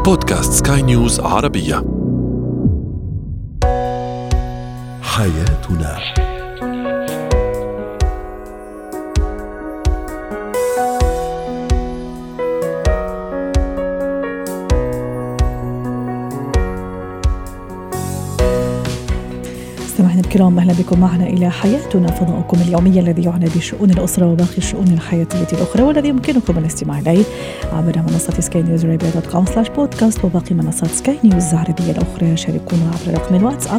بودكاست سكاي نيوز عربية. حياتنا. مستمعينا الكرام، أهلا بكم معنا إلى حياتنا، فضاؤكم اليومي الذي يعنى بشؤون الأسرة وباقي الشؤون الحياتية الأخرى، والذي يمكنكم الاستماع إليه عبر منصة skynewsarabia.com/podcast وباقي منصات سكاي نيوز العربية الأخرى. شاركونا عبر رقم الواتساب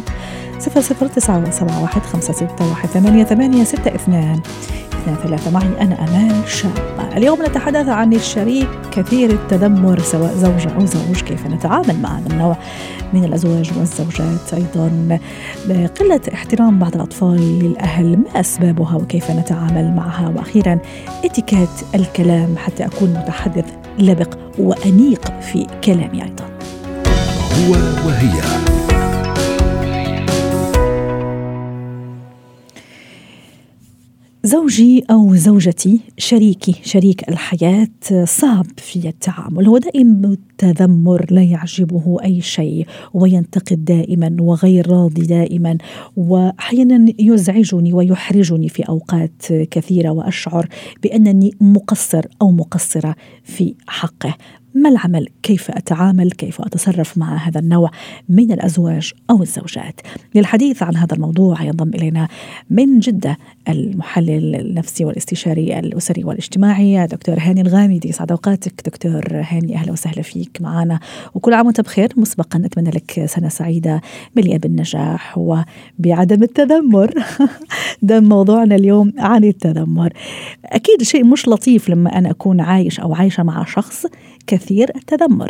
009715618862. معي أنا أمال شابة. اليوم نتحدث عن الشريك كثير التذمر، سواء زوجة أو زوج، كيف نتعامل مع هذا النوع من الأزواج والزوجات. أيضا قلة احترام بعض الأطفال للأهل، ما أسبابها وكيف نتعامل معها. وأخيرا اتيكيت الكلام حتى أكون متحدث لبق وأنيق في كلامي. أيضا هو وهي. زوجي أو زوجتي، شريك الحياة، صعب في التعامل. هو دائما التذمر، لا يعجبه أي شيء وينتقد دائما وغير راضي دائما، وأحيانا يزعجني ويحرجني في أوقات كثيرة، وأشعر بأنني مقصر أو مقصرة في حقه. ما العمل؟ كيف أتعامل؟ كيف أتصرف مع هذا النوع من الأزواج أو الزوجات؟ للحديث عن هذا الموضوع ينضم إلينا من جدة المحلل النفسي والاستشاري الأسري والاجتماعي دكتور هاني الغامدي. سعد أوقاتك دكتور هاني، أهلا وسهلا فيك معنا، وكل عام وأنت بخير. مسبقا أتمنى لك سنة سعيدة مليئة بالنجاح وبعدم التذمر. ده موضوعنا اليوم عن التذمر. أكيد شيء مش لطيف لما أنا أكون عايش أو عايشة مع شخص كثير التذمر.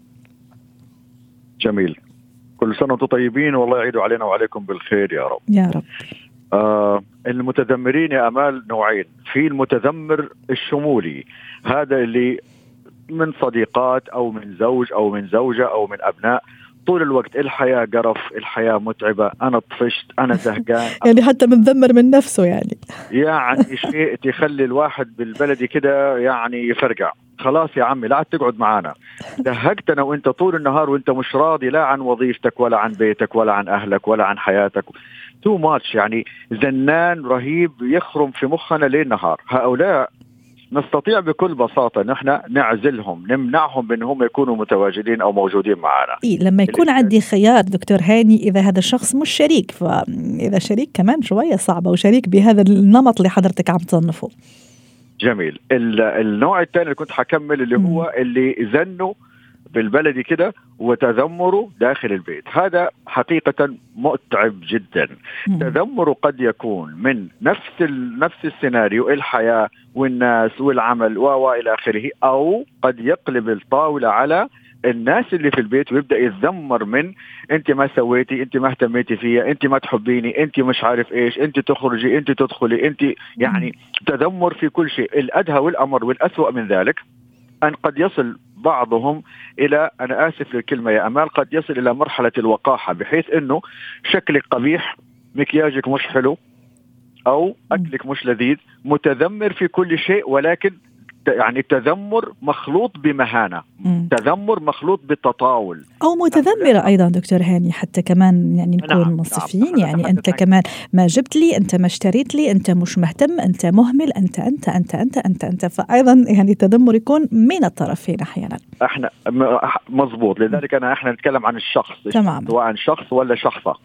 جميل، كل سنة وانتم طيبين، والله يعيدوا علينا وعليكم بالخير يا رب. يا رب. المتذمرين يا أمال نوعين. في المتذمر الشمولي، هذا اللي من صديقات أو من زوج أو من زوجة أو من أبناء، طول الوقت الحياة قرف، الحياة متعبة، أنا طفشت، أنا زهقان. يعني حتى متذمر من نفسه، يعني شيء تخلي الواحد بالبلدي كده يعني يفرقع. خلاص يا عمي، لا تقعد معانا، زهقتنا وانت طول النهار وانت مش راضي لا عن وظيفتك ولا عن بيتك ولا عن أهلك ولا عن حياتك. تو ماتش، يعني زنان رهيب يخرم في مخنا ليل نهار. هؤلاء نستطيع بكل بساطة نحن نعزلهم، نمنعهم بأنهم يكونوا متواجدين أو موجودين معنا. لما يكون عندي خيار دكتور هاني، إذا هذا الشخص مش شريك، فإذا شريك كمان شوية صعبة، وشريك بهذا النمط اللي حضرتك عم تصنفه. جميل. النوع الثاني اللي كنت حكمل اللي هو اللي زنوا بالبلدي كده وتذمروا داخل البيت. هذا حقيقة متعب جدا. تذمره قد يكون من نفس السيناريو، الحياة والناس والعمل وإلى آخره، أو قد يقلب الطاولة على الناس اللي في البيت ويبدأ يتذمر من انت ما سويتي، انت ما اهتميتي فيها، انت ما تحبيني، انت مش عارف ايش، انت تخرجي، انت تدخلي، انت يعني تذمر في كل شيء. الأدهى والأمر والأسوأ من ذلك أن قد يصل بعضهم إلى، أنا آسف للكلمة يا أمال، قد يصل إلى مرحلة الوقاحة، بحيث أنه شكلك قبيح، مكياجك مش حلو، أو أكلك مش لذيذ، متذمر في كل شيء، ولكن يعني تذمر مخلوط بمهانة، تذمر مخلوط بالتطاول، أو متذمرة أيضا دكتور هاني، حتى كمان يعني نكون منصفين. يعني أنت كمان ما جبت لي، أنت ما اشتريت لي، أنت مش مهتم، أنت مهمل، أنت أنت أنت أنت أنت أنت فأيضا يعني التذمر يكون من الطرفين أحيانا. احنا مظبوط. لذلك احنا نتكلم عن الشخص، سواء شخص ولا شخصة.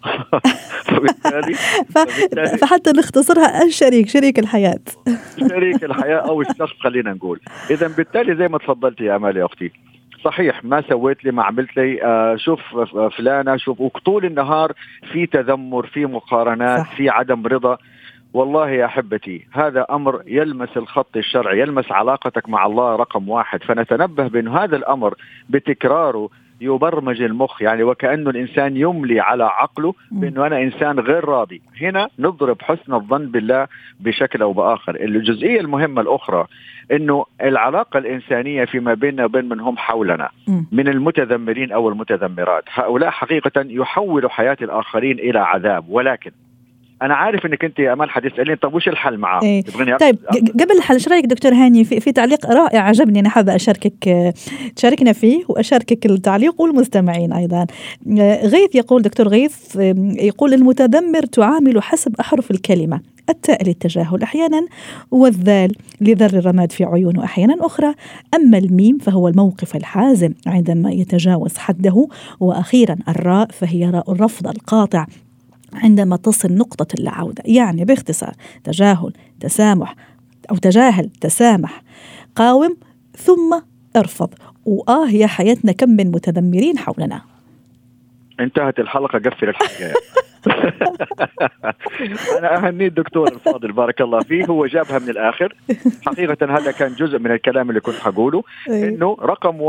فحتى نختصرها شريك الحياة. شريك الحياة أو الشخص، خلينا نقول. إذا بالتالي زي ما تفضلت يا أمال يا أختي، صحيح ما سويت لي، ما عملت لي، شوف فلانة، شوف، وطول النهار في تذمر، في مقارنات، صح. في عدم رضا. والله يا أحبتي، هذا أمر يلمس الخط الشرعي، يلمس علاقتك مع الله رقم 1. فنتنبه بأن هذا الأمر بتكراره يبرمج المخ، يعني وكأنه الإنسان يملي على عقله بأنه أنا إنسان غير راضي. هنا نضرب حسن الظن بالله بشكل أو بآخر. الجزئية المهمة الأخرى أنه العلاقة الإنسانية فيما بيننا وبين من هم حولنا من المتذمرين أو المتذمرات، هؤلاء حقيقة يحولوا حياة الآخرين إلى عذاب. ولكن انا عارف انك انت يا امال حتسالين طب وش الحل معاه؟ إيه. طيب قبل الحل ايش رايك دكتور هاني في تعليق رائع عجبني، انا حابه اشاركك تشاركنا فيه واشاركك التعليق والمستمعين ايضا. غيث يقول، دكتور غيث يقول المتذمر تعامل حسب احرف الكلمه، التاء للتجاهل احيانا والذال لذر الرماد في عيونه احيانا اخرى، اما الميم فهو الموقف الحازم عندما يتجاوز حده، واخيرا الراء فهي راء الرفض القاطع عندما تصل نقطة اللا عودة. يعني باختصار تجاهل تسامح أو تجاهل تسامح قاوم ثم ارفض. يا حياتنا كم من متذمرين حولنا. انتهت الحلقة، قفل الحلقة. أنا أهني الدكتور الفاضل بارك الله فيه، هو جابها من الآخر. حقيقة هذا كان جزء من الكلام اللي كنت هقوله، إنه رقم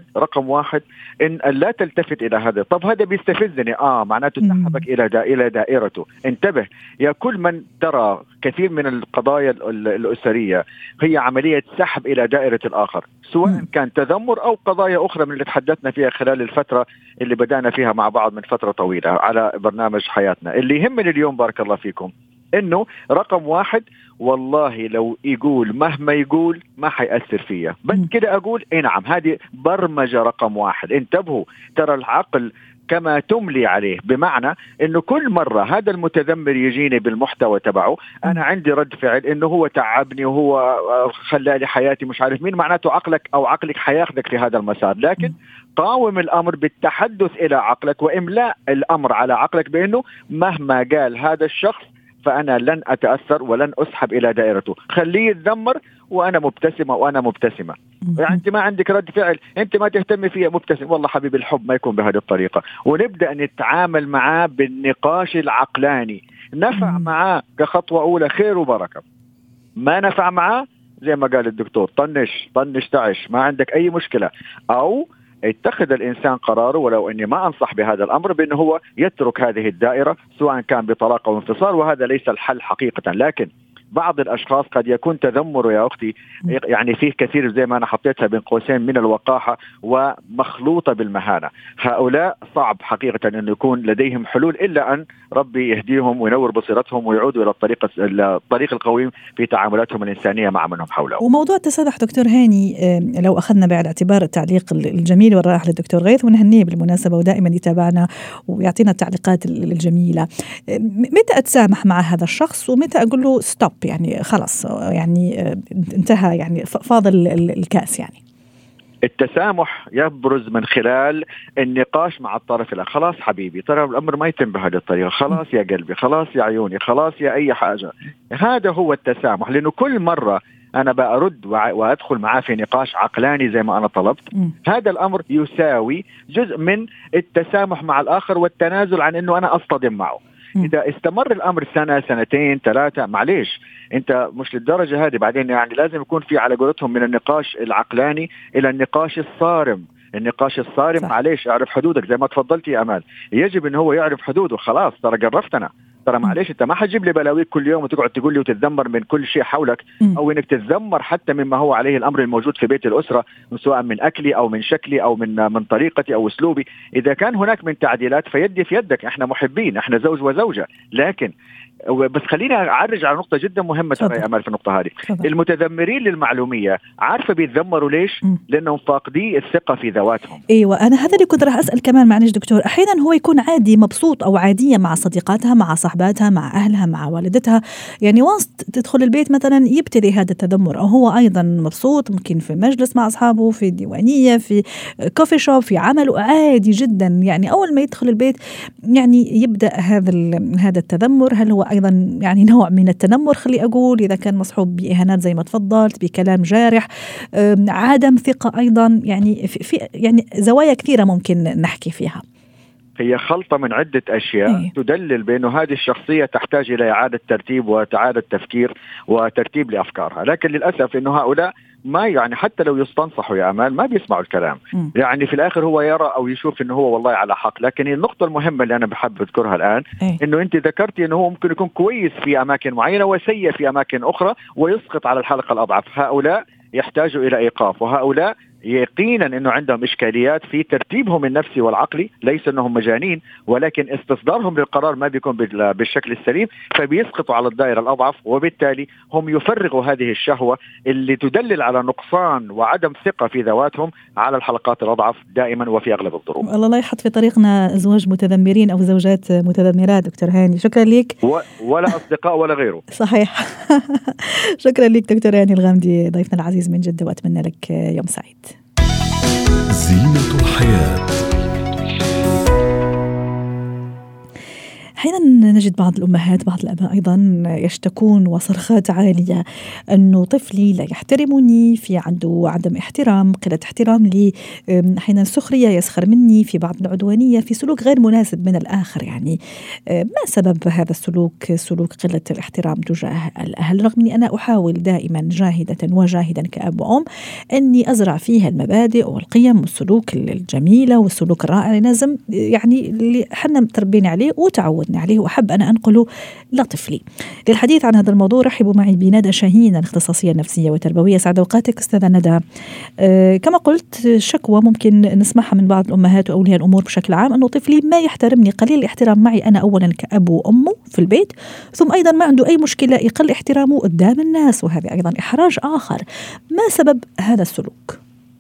واحد إن لا تلتفت إلى هذا. طب هذا بيستفزني، معناته سحبك إلى دائرته. انتبه يا كل من ترى كثير من القضايا الأسرية هي عملية سحب إلى دائرة الآخر، سواء كان تذمر أو قضايا أخرى من اللي تحدثنا فيها خلال الفترة اللي بدأنا فيها مع بعض من فترة طويلة على برنامج حياتنا. اللي يهمني اليوم بارك الله فيكم إنه رقم واحد، والله لو يقول مهما يقول ما حيأثر فيا، بس كده أقول نعم. هذه برمجة رقم واحد. انتبهوا، ترى العقل كما تملي عليه، بمعنى انه كل مرة هذا المتذمر يجيني بالمحتوى تبعه انا عندي رد فعل انه هو تعبني وهو خلالي حياتي مش عارف مين، معناته عقلك او عقلك حياخذك في هذا المسار. لكن قاوم الامر بالتحدث الى عقلك واملاء الامر على عقلك بانه مهما قال هذا الشخص فأنا لن أتأثر ولن أسحب إلى دائرته. خليه يتذمر وأنا مبتسمة. يعني أنت ما عندك رد فعل، أنت ما تهتمي فيها، مبتسم. والله حبيبي الحب ما يكون بهذه الطريقة، ونبدأ نتعامل معاه بالنقاش العقلاني. نفع معاه كخطوة أولى خير وبركة، ما نفع معاه زي ما قال الدكتور طنش تعش، ما عندك أي مشكلة. أو اتخذ الإنسان قراره، ولو أني ما أنصح بهذا الأمر، بأنه هو يترك هذه الدائرة سواء كان بطلاق أو انفصال، وهذا ليس الحل حقيقة. لكن بعض الأشخاص قد يكون تذمره يا أختي يعني فيه كثير زي ما أنا حطيتها بين قوسين من الوقاحة ومخلوطة بالمهانة. هؤلاء صعب حقيقة أن يكون لديهم حلول إلا أن ربي يهديهم وينور بصيرتهم ويعودوا إلى الطريق القويم في تعاملاتهم الإنسانية مع منهم حولهم. وموضوع التسامح دكتور هاني، لو أخذنا بعد اعتبار التعليق الجميل والرائع للدكتور غيث، ونهنيه بالمناسبة ودائما يتابعنا ويعطينا التعليقات الجميلة، متى أتسامح مع هذا الشخص ومتى أقول له ستوب، يعني خلاص يعني انتهى، يعني فاضل الكأس؟ يعني التسامح يبرز من خلال النقاش مع الطرف الآخر. خلاص حبيبي، ترى الأمر ما يتم بهذه الطريقة، خلاص يا قلبي، خلاص يا عيوني، خلاص يا أي حاجة. هذا هو التسامح. لأنه كل مرة أنا بأرد وأدخل معاه في نقاش عقلاني زي ما أنا طلبت، هذا الأمر يساوي جزء من التسامح مع الآخر والتنازل عن أنه أنا أصطدم معه. إذا استمر الأمر سنة سنتين ثلاثة، معليش أنت مش للدرجة هذه. بعدين يعني لازم يكون في على قولتهم من النقاش العقلاني إلى النقاش الصارم. النقاش الصارم معليش اعرف حدودك زي ما تفضلتي يا أمال، يجب أنه هو يعرف حدوده. خلاص ترى قرفت أنا، ترى معليش أنت ما حتجيب لي بلاويك كل يوم وتقعد تقول لي وتتذمر من كل شيء حولك، أو إنك تتذمر حتى مما هو عليه الأمر الموجود في بيت الأسرة، سواء من أكلي أو من شكلي أو من طريقتي أو أسلوبي. إذا كان هناك من تعديلات فيدي في يدك، إحنا محبين، إحنا زوج وزوجة. لكن بس خلينا أعرج على نقطة جدا مهمة ترى يا أمال في النقطة هذه. المتذمرين للمعلومية عارفة بيتذمروا ليش؟ لأنهم فاقدي الثقة في ذواتهم. أيوة، أنا هذا اللي كنت راح أسأل كمان. معلش دكتور، أحيانا هو يكون عادي مبسوط أو عادية مع صديقاتها، مع صحباتها، مع أهلها، مع والدتها، يعني وسط تدخل البيت مثلا يبتلي هذا التذمر، أو هو أيضا مبسوط ممكن في مجلس مع أصحابه، في ديوانية، في كوفي شوب، في عمله عادي جدا. يعني أول ما يدخل البيت يعني يبدأ هذا التذمر. هل هو أيضا يعني نوع من التنمر؟ خلي أقول إذا كان مصحوب بإهانات زي ما تفضلت، بكلام جارح، عدم ثقة أيضا، يعني في يعني زوايا كثيرة ممكن نحكي فيها. هي خلطة من عدة أشياء تدلل بأنه هذه الشخصية تحتاج إلى إعادة ترتيب وإعادة تفكير وترتيب لأفكارها. لكن للأسف أنه هؤلاء ما يعني حتى لو يستنصحوا يا أمال ما بيسمعوا الكلام. يعني في الآخر هو يرى أو يشوف أنه هو والله على حق. لكن النقطة المهمة اللي أنا بحب أذكرها الآن أنه أنت ذكرتي أنه هو ممكن يكون كويس في أماكن معينة وسيء في أماكن أخرى ويسقط على الحلقة الأضعف. هؤلاء يحتاجوا إلى إيقاف، وهؤلاء يقينا أنه عندهم إشكاليات في ترتيبهم النفسي والعقلي، ليس أنهم مجانين، ولكن استصدارهم للقرار ما بيكون بالشكل السليم، فبيسقطوا على الدائرة الأضعف، وبالتالي هم يفرغوا هذه الشهوة اللي تدلل على نقصان وعدم ثقة في ذواتهم على الحلقات الأضعف دائما وفي أغلب الظروف. الله لا يحط في طريقنا أزواج متذمرين أو زوجات متذمرات. دكتور هاني شكرا لك. ولا أصدقاء ولا غيره. صحيح. شكرا لك دكتور هاني الغامدي ضيفنا العزيز من جدة، وأتمنى لك يوم سعيد. زينة الحياة. أحيانا نجد بعض الأمهات بعض الآباء أيضا يشتكون وصرخات عالية أنه طفلي لا يحترمني، في عنده عدم احترام، قلة احترام لي، أحيانا سخرية، يسخر مني، في بعض العدوانية، في سلوك غير مناسب من الآخر. يعني ما سبب هذا السلوك، سلوك قلة الاحترام تجاه الأهل، رغم أني أنا أحاول دائما جاهدة وجاهدا كأب وأم أني أزرع فيها المبادئ والقيم والسلوك الجميلة والسلوك الرائع، لازم يعني اللي حنا متربين عليه وتعودنا عليه وأحب أنا أنقله لطفلي. للحديث عن هذا الموضوع رحبوا معي بندى شاهين، الاختصاصية النفسية والتربوية. سعد أوقاتك أستاذة ندى. كما قلت شكوى ممكن نسمعها من بعض الأمهات وأولياء الأمور بشكل عام أنه طفلي ما يحترمني، قليل الاحترام معي أنا أولا كأب وأمه في البيت، ثم أيضا ما عنده أي مشكلة يقل احترامه قدام الناس، وهذا أيضا إحراج آخر. ما سبب هذا السلوك؟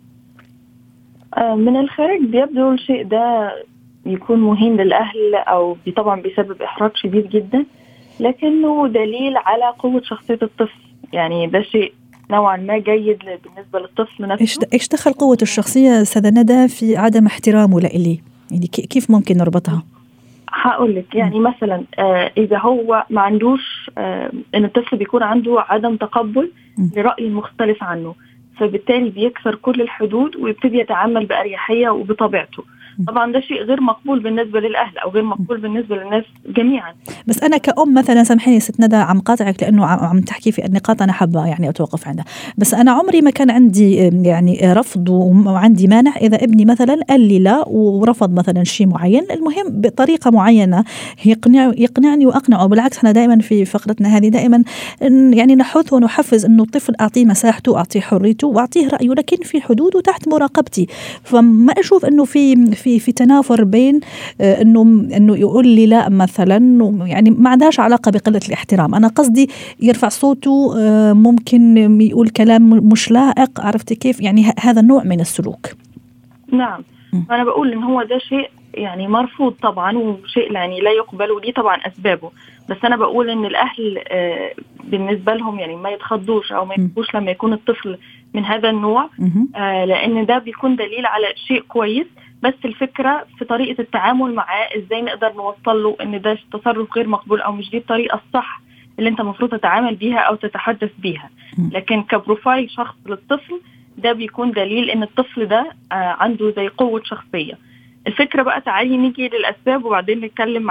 من الخارج بيبدو الشيء ده يكون مهين للأهل أو طبعا بيسبب إحراج شديد جدا، لكنه دليل على قوة شخصية الطفل. يعني ده شيء نوعا ما جيد بالنسبة للطفل نفسه. إيش دخل قوة الشخصية سيدة ندى في عدم احترامه لإلي؟ يعني كيف ممكن نربطها؟ هقول لك يعني مثلا إذا هو ما عندوش إن الطفل بيكون عنده عدم تقبل لرأي مختلف عنه، فبالتالي بيكسر كل الحدود ويبتدي يتعامل بأريحية وبطبيعته. طبعا ده شيء غير مقبول بالنسبة للأهل أو غير مقبول بالنسبة للناس جميعا. بس أنا كأم مثلا، سامحيني ست ندى عم قاطعك لأنه عم تحكي في النقاط أنا حابة يعني أتوقف عندها، بس أنا عمري ما كان عندي يعني رفض وعندي مانع إذا ابني مثلا قال لي لا ورفض مثلا شيء معين، المهم بطريقة معينة يقنعني وأقنعه. بالعكس احنا دائما في فقرتنا هذه دائما يعني نحث ونحفز إنه الطفل أعطيه مساحته، أعطيه حريته، وأعطيه رأيه، لكن في حدود وتحت مراقبتي. فما أشوف إنه في تنافر بين انه يقول لي لا مثلا، يعني ما عندهاش علاقه بقله الاحترام. انا قصدي يرفع صوته، ممكن يقول كلام مش لائق، عرفتي كيف؟ يعني هذا النوع من السلوك. نعم، انا بقول ان هو ده شيء يعني مرفوض طبعا، وشيء يعني لا يقبل، ودي طبعا اسبابه. بس انا بقول ان الاهل بالنسبه لهم يعني ما يتخضوش او ما يبقوش لما يكون الطفل من هذا النوع، لان ده بيكون دليل على شيء كويس. بس الفكرة في طريقة التعامل معاه، ازاي نقدر نوصل له ان ده تصرف غير مقبول او مش دي الطريقة الصح اللي انت مفروض تتعامل بيها او تتحدث بيها. لكن كبروفايل شخص للطفل ده بيكون دليل ان الطفل ده عنده زي قوة شخصية. الفكرة بقى تعالي نيجي للأسباب وبعدين نتكلم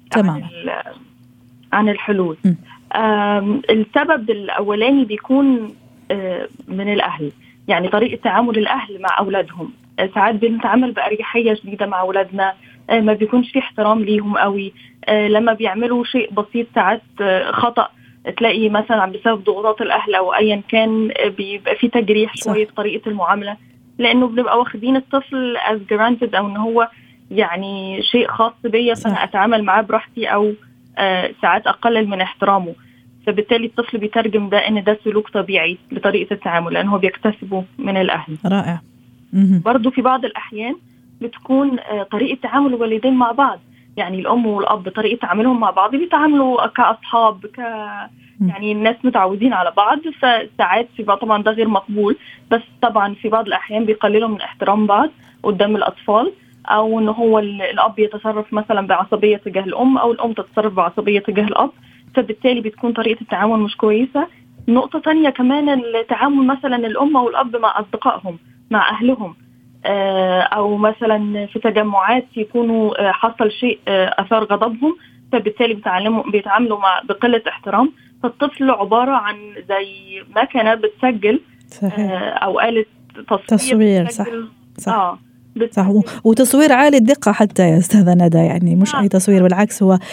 عن الحلول. السبب الأولاني بيكون من الأهل، يعني طريقة تعامل الأهل مع أولادهم. ساعات بنتعامل بأريحية شديدة مع أولادنا، ما بيكونش في احترام ليهم قوي. لما بيعملوا شيء بسيط ساعات خطأ، تلاقي مثلا بسبب ضغوطات الأهل أو أيا كان بيبقى في تجريح شوية في طريقة المعاملة، لأنه بنبقى واخدين الطفل as granted أو إن هو يعني شيء خاص بيا، فأنا أتعامل معاه براحتي، أو ساعات أقلل من احترامه. فبالتالي الطفل بيترجم ده إن ده سلوك طبيعي لطريقة التعامل، لأنه هو بيكتسبه من الأهل. رائع. برضو في بعض الأحيان بتكون طريقة تعامل الوالدين مع بعض، يعني الأم والأب طريقة تعاملهم مع بعض بيتعاملوا كأصحاب، يعني الناس متعودين على بعض. فساعات في بعض طبعا ده غير مقبول، بس طبعا في بعض الأحيان بيقللوا من احترام بعض قدام الأطفال، أو إن هو الأب يتصرف مثلا بعصبية تجاه الأم أو الأم تتصرف بعصبية تجاه الأب، فبالتالي بتكون طريقة التعامل مش كويسة. نقطة تانية كمان التعامل مثلا الأم والأب مع أصدقائهم، مع أهلهم، أو مثلا في تجمعات يكونوا حصل شيء أثار غضبهم، فبالتاللي بيتعاملوا بقلة احترام. فالطفل عبارة عن زي مكنة بتسجل أو آلة تصوير صح. صح. وتصوير عالي الدقة حتى يا أستاذة ندى، يعني مش أي تصوير، بالعكس هو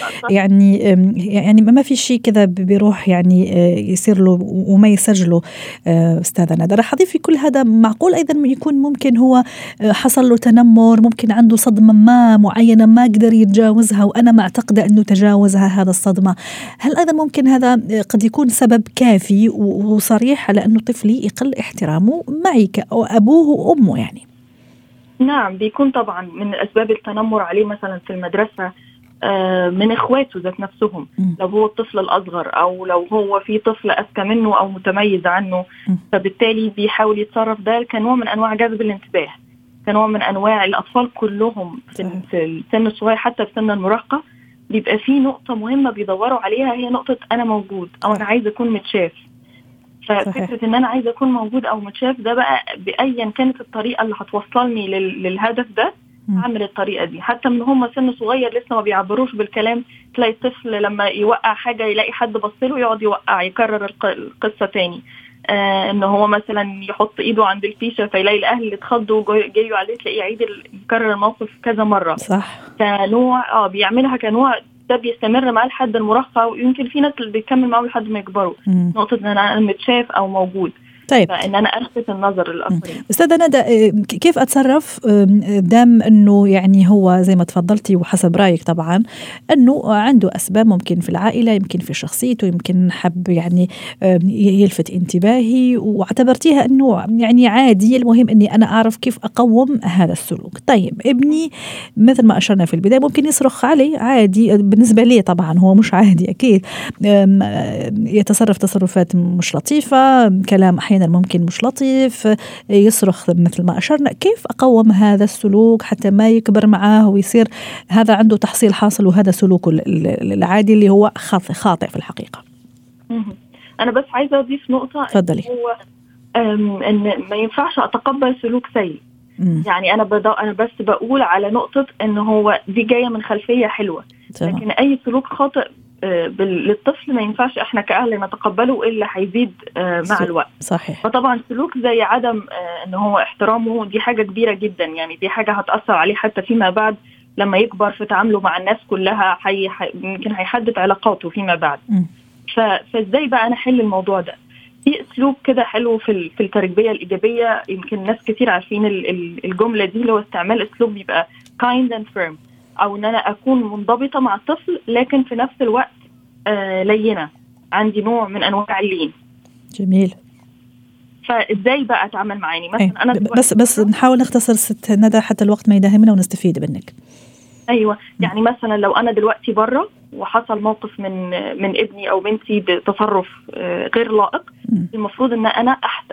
يعني ما في شيء كذا بيروح يعني يصير له وما يسجله. أستاذة ندى رح أضيف في كل هذا، معقول أيضا يكون ممكن هو حصل له تنمر، ممكن عنده صدمة ما معينة ما قدر يتجاوزها وأنا معتقدة أنه تجاوزها هذا الصدمة، هل أيضا ممكن هذا قد يكون سبب كافي وصريح على أنه طفلي يقل احترامه معي كأبوه وأمه يعني؟ نعم، بيكون طبعا من أسباب التنمر عليه مثلا في المدرسة من إخواته ذات نفسهم، لو هو الطفل الأصغر أو لو هو في طفل أذكى منه أو متميز عنه، فبالتالي بيحاول يتصرف ده كنوع من أنواع جذب الانتباه، كنوع من أنواع الأطفال كلهم في السن الصغير حتى في سن المراهقة بيبقى في نقطة مهمة بيدوروا عليها، هي نقطة أنا موجود أو أنا عايز أكون متشاف. ففكرة ان انا عايزة اكون موجود او متشاف ده بقى بايا كانت الطريقة اللي هتوصلني للهدف ده، اعمل الطريقة دي. حتى من هم سن صغير لسه ما بيعبروش بالكلام، تلاقي الطفل لما يوقع حاجة يلاقي حد بصله يقعد يوقع، يكرر القصة تاني. ان هو مثلا يحط ايده عند الفيشة فيلاقي الاهل اللي اتخضوا جايوا عليه تلاقيه يعيد يكرر الموقف كذا مرة. صح. كنوع بيعملها كنوع ده بيستمر معاه لحد المراهقة، ويمكن في ناس اللي بيكمل معاه لحد ما يكبروا. نقطة ان انا متشاف او موجود. طيب، فإن أنا ألفت النظر للآخرين. أستاذة ندى، كيف أتصرف دام أنه يعني هو زي ما تفضلتي وحسب رأيك طبعا أنه عنده أسباب ممكن في العائلة، يمكن في شخصيته، يمكن حب يعني يلفت انتباهي واعتبرتيها أنه يعني عادي، المهم أني أنا أعرف كيف أقوم هذا السلوك. طيب ابني مثل ما أشرنا في البداية ممكن يصرخ علي عادي، بالنسبة لي طبعا هو مش عادي أكيد، يتصرف تصرفات مش لطيفة، كلام أحيانا ممكن مش لطيف، يصرخ مثل ما أشرنا. كيف أقوم هذا السلوك حتى ما يكبر معاه ويصير هذا عنده تحصيل حاصل وهذا سلوكه العادي اللي هو خاطئ في الحقيقة؟ أنا بس عايزة أضيف نقطة. تفضلي. هو أن ما ينفعش أتقبل سلوك سيء. يعني أنا بس بقول على نقطة أنه هو دي جاية من خلفية حلوة، لكن أي سلوك خاطئ للطفل ما ينفعش احنا كأهل نتقبله إلا هيزيد مع الوقت. صحيح. فطبعا سلوك زي عدم ان هو احترامه دي حاجة كبيرة جدا، يعني دي حاجة هتأثر عليه حتى فيما بعد لما يكبر في تعامله مع الناس كلها، يمكن هيحدد علاقاته فيما بعد. فازاي بقى انا احل الموضوع ده؟ في اسلوب كده حلو في التربية الإيجابية، يمكن ناس كتير عارفين الجملة دي، اللي هو استعمال اسلوب بيبقى kind and firm، او ان انا اكون منضبطة مع الطفل لكن في نفس الوقت لينة، عندي نوع من انواع اللين. جميل. فازاي بقى اتعامل معاني مثلا انا بس نحاول نختصر ست ندى حتى الوقت ما يداهمنا ونستفيد منك. ايوه، يعني مثلا لو انا دلوقتي بره وحصل موقف من ابني او بنتي بتصرف غير لائق، المفروض ان انا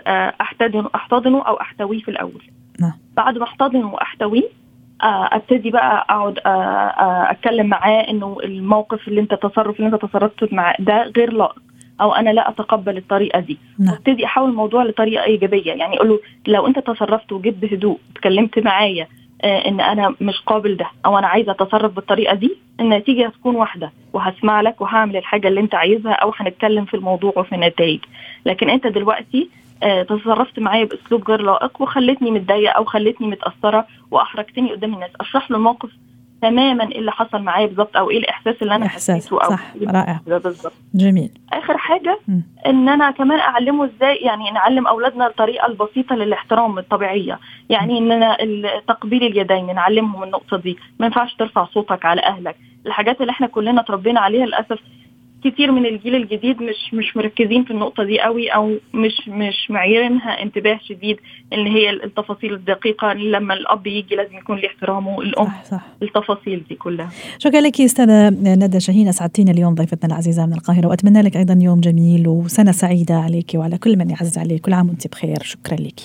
احتضنه او احتويه في الاول. بعد ما احتضنه واحتويه ابتدي بقى اقعد اتكلم معاه انه الموقف اللي انت تصرفت معاه ده غير لائق، او انا لا اتقبل الطريقه دي. ابتدي احول الموضوع لطريقه ايجابيه، يعني اقول له لو انت تصرفت وجيت بهدوء اتكلمت معايا ان انا مش قابل ده او انا عايزه اتصرف بالطريقه دي، النتيجه هتكون واحده وهسمع لك وهعمل الحاجه اللي انت عايزها او هنتكلم في الموضوع وفي النتائج. لكن انت دلوقتي تصرفت معايا باسلوب غير لائق وخلتني متضايقه او خلتني متاثره واحرجتني قدام الناس. اشرح له الموقف تماما ايه اللي حصل معايا بالظبط او ايه الاحساس اللي انا حسيته. او صح. رائع. بالظبط. جميل. اخر حاجه ان انا كمان اعلمه ازاي، يعني نعلم اولادنا الطريقه البسيطه للاحترام الطبيعيه، يعني اننا تقبيل اليدين نعلمهم النقطه دي، ما ينفعش ترفع صوتك على اهلك. الحاجات اللي احنا كلنا تربينا عليها للاسف كتير من الجيل الجديد مش مركزين في النقطة دي قوي، او مش معيرينها انتباه شديد، اللي هي التفاصيل الدقيقة. لما الاب يجي لازم يكون له احترامه، الام صح. التفاصيل دي كلها. شكرا لك استاذة ندى شاهين، اسعدتينا اليوم ضيفتنا العزيزة من القاهرة، واتمنى لك ايضا يوم جميل وسنة سعيدة عليك وعلى كل من يعز عليك. كل عام وانت بخير. شكرا لك.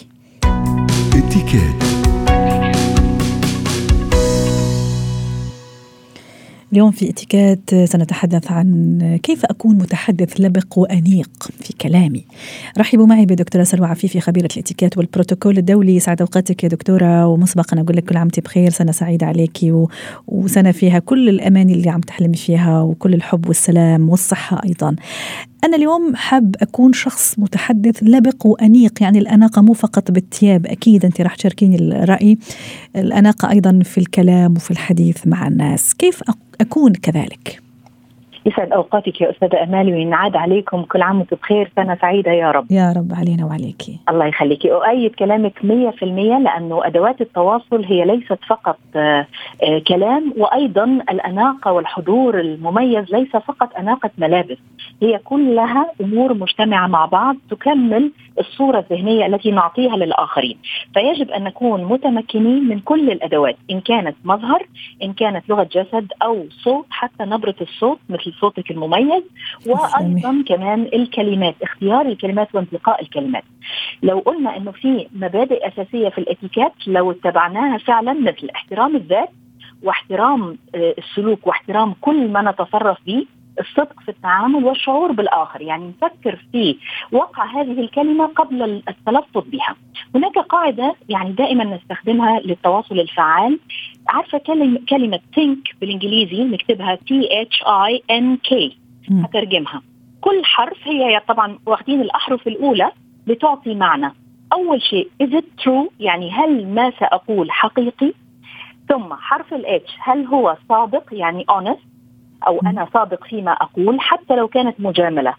اليوم في اتيكيت سنتحدث عن كيف أكون متحدث لبق وأنيق في كلامي. رحبوا معي بدكتورة سلوى عفيفي، خبيرة الاتيكيت والبروتوكول الدولي. سعد أوقاتك يا دكتورة، ومسبقا أقول لك كل عام وأنت بخير، سنة سعيدة عليكي وسنة فيها كل الأماني اللي عم تحلمي فيها وكل الحب والسلام والصحة أيضا. أنا اليوم حاب أكون شخص متحدث لبق وأنيق، يعني الأناقة مو فقط بالثياب، أكيد أنت راح تشاركيني الرأي، الأناقة أيضا في الكلام وفي الحديث مع الناس. كيف أكون كذلك؟ يسعد أوقاتك يا أستاذة أمال، وينعاد عليكم كل عام وانتم بخير، سنة سعيدة يا رب. يا رب علينا وعليكي. الله يخليكي. أؤيد كلامك 100%، لأنه أدوات التواصل هي ليست فقط كلام، وأيضا الأناقة والحضور المميز ليس فقط أناقة ملابس، هي كلها أمور مجتمعة مع بعض تكمل الصورة الذهنية التي نعطيها للآخرين. فيجب أن نكون متمكنين من كل الأدوات، إن كانت مظهر، إن كانت لغة جسد، أو صوت، حتى نبرة الصوت مثل صوتك المميز، وأيضا كمان الكلمات، اختيار الكلمات وانتقاء الكلمات. لو قلنا أنه في مبادئ أساسية في الاتيكيت لو اتبعناها فعلا، مثل احترام الذات واحترام السلوك واحترام كل ما نتصرف به، الصدق في التعامل والشعور بالآخر، يعني نفكر في وقع هذه الكلمة قبل التلفظ بها. هناك قاعدة يعني دائما نستخدمها للتواصل الفعال، عارفة كلمة think بالإنجليزي نكتبها THINK، هترجمها كل حرف، هي طبعا واخدين الأحرف الأولى لتعطي معنى. أول شيء is it true، يعني هل ما سأقول حقيقي؟ ثم حرف الH، هل هو صادق، يعني honest، أو أنا صادق فيما أقول حتى لو كانت مجاملة.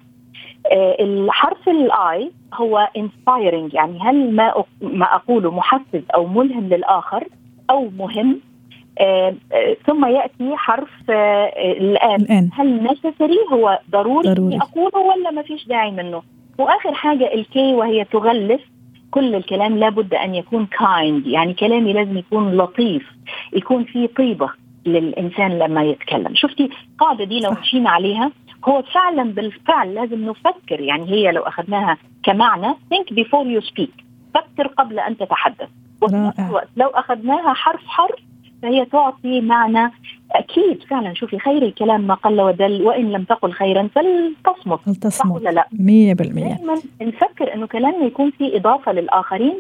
الحرف الآي هو inspiring، يعني هل ما أقوله محفز أو ملهم للآخر أو مهم. ثم يأتي حرف الآن، هل necessary، هو ضروري أقوله ولا ما فيش داعي منه. وآخر حاجة الكي، وهي تغلف كل الكلام، لابد أن يكون kind، يعني كلامي لازم يكون لطيف، يكون فيه طيبة للإنسان لما يتكلم. شفتي قاعدة دي لو مشينا عليها، هو فعلا بالفعل لازم نفكر، يعني هي لو أخذناها كمعنى think before you speak، فكر قبل أن تتحدث. وفي نفس الوقت لو أخذناها حرف حرف فهي تعطي معنى أكيد فعلا. شوفي خير الكلام ما قل ودل، وإن لم تقل خيرا فلتصمت، صح ولا لا؟ 100%. دائما نفكر أنه كلامنا يكون فيه إضافة للآخرين،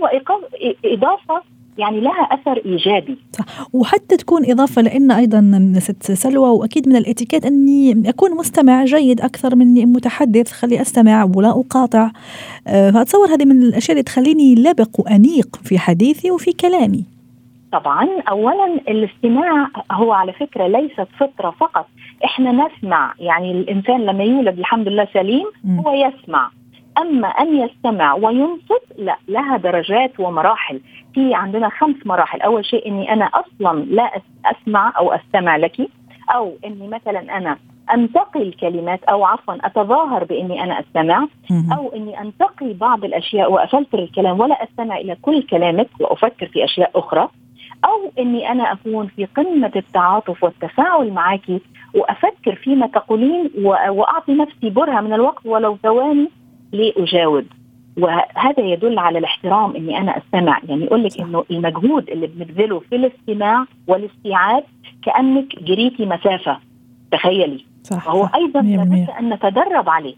وإضافة يعني لها أثر إيجابي. صح. وحتى تكون إضافة، لأن أيضا ست سلوى، وأكيد من الاتيكيت أني أكون مستمع جيد أكثر مني متحدث، خلي أستمع ولا أقاطع. فأتصور هذه من الأشياء اللي تخليني لبق وأنيق في حديثي وفي كلامي. طبعا أولا الاستماع هو على فكرة ليست فطرة فقط، إحنا نسمع، يعني الإنسان لما يولد الحمد لله سليم هو يسمع، أما أن يستمع وينصت لا، لها درجات ومراحل. في عندنا 5 مراحل. أول شيء إني أنا أصلا لا أسمع أو أستمع لك، أو إني مثلا أنا أنتقي الكلمات، أو عفوا أتظاهر بإني أنا أستمع، أو إني أنتقي بعض الأشياء وأفلتر الكلام ولا أستمع إلى كل كلامك وأفكر في أشياء أخرى، أو إني أنا أكون في قمة التعاطف والتفاعل معك وأفكر فيما تقولين وأعطي نفسي برهة من الوقت ولو ثواني لأجاوب. وهذا يدل على الاحترام، إني أنا أستمع. يعني يقول لك إنه المجهود اللي بنبذله في الاستماع والاستيعاب كأنك جريتي مسافة، تخيلي. وهو أيضا لابد أن نتدرب عليه،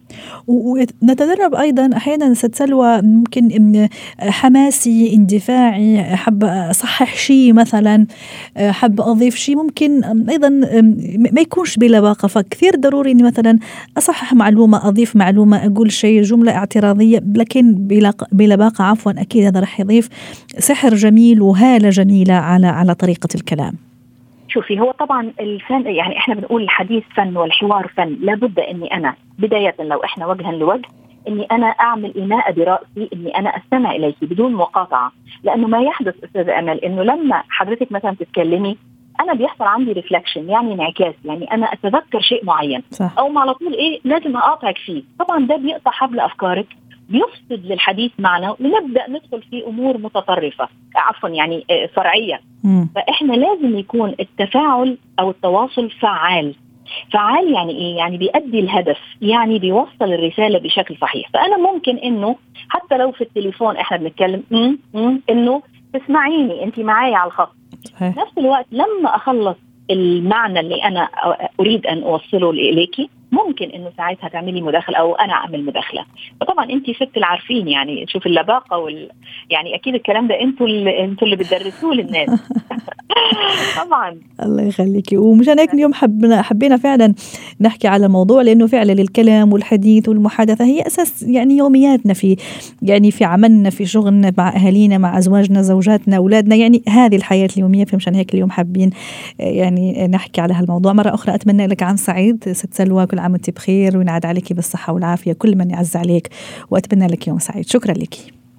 ونتدرب أيضا. أحيانا ست سلوى ممكن حماسي، اندفاعي، حب أصحح شيء مثلا، حب أضيف شيء، ممكن أيضا ما يكونش بلباقة. فكثير ضروري أني مثلا أصحح معلومة، أضيف معلومة، أقول شيء، جملة اعتراضية لكن بلباقة، عفوا. أكيد هذا رح يضيف سحر جميل وهالة جميلة على طريقة الكلام. شوفي هو طبعا الفن، يعني احنا بنقول الحديث فن والحوار فن. لابد اني انا بداية لو احنا وجها لوجه اني انا اعمل إناءة برأسي، اني انا استمع اليك بدون مقاطعة. لانه ما يحدث استاذة امل انه لما حضرتك مثلا تتكلمي انا بيحصل عندي ريفلكشن، يعني انعكاس، يعني انا اتذكر شيء معين، صح. او على طول لازم اقاطعك فيه. طبعا ده بيقطع حبل افكارك، بيفسد للحديث معنى، ونبدأ ندخل في أمور متطرفة، عفوا يعني فرعية. فإحنا لازم يكون التفاعل أو التواصل فعال. فعال يعني إيه؟ يعني بيؤدي الهدف، يعني بيوصل الرسالة بشكل صحيح. فأنا ممكن إنه حتى لو في التليفون إحنا بنتكلم إنه تسمعيني أنت معايا على الخط، نفس الوقت لما أخلص المعنى اللي أنا أريد أن أوصله إليكي، ممكن إنه ساعتها تعملي مداخلة أو أنا أعمل مداخلة. فطبعا أنتي ست العارفين يعني، شوف اللباقة يعني أكيد الكلام ده أنتوا اللي بتدرسوه للناس. طبعا الله يخليكي. ومشان هيك اليوم حبينا فعلا نحكي على الموضوع، لأنه فعلا الكلام والحديث والمحادثة هي أساس يعني يومياتنا، في عملنا، في شغلنا، مع أهالينا، مع أزواجنا، زوجاتنا، أولادنا، يعني هذه الحياة اليومية. فمشان هيك اليوم حابين يعني نحكي على هالموضوع مرة أخرى. أتمنى لك عام سعيد ست سلوى، كل عام وانت بخير، وينعاد عليك بالصحة والعافية كل من يعز عليك، وأتمنى لك يوم سعيد. شكرا لك.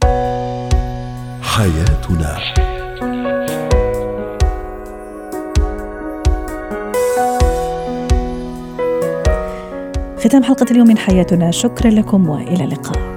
حياتنا. ختام حلقة اليوم من حياتنا، شكرا لكم وإلى اللقاء.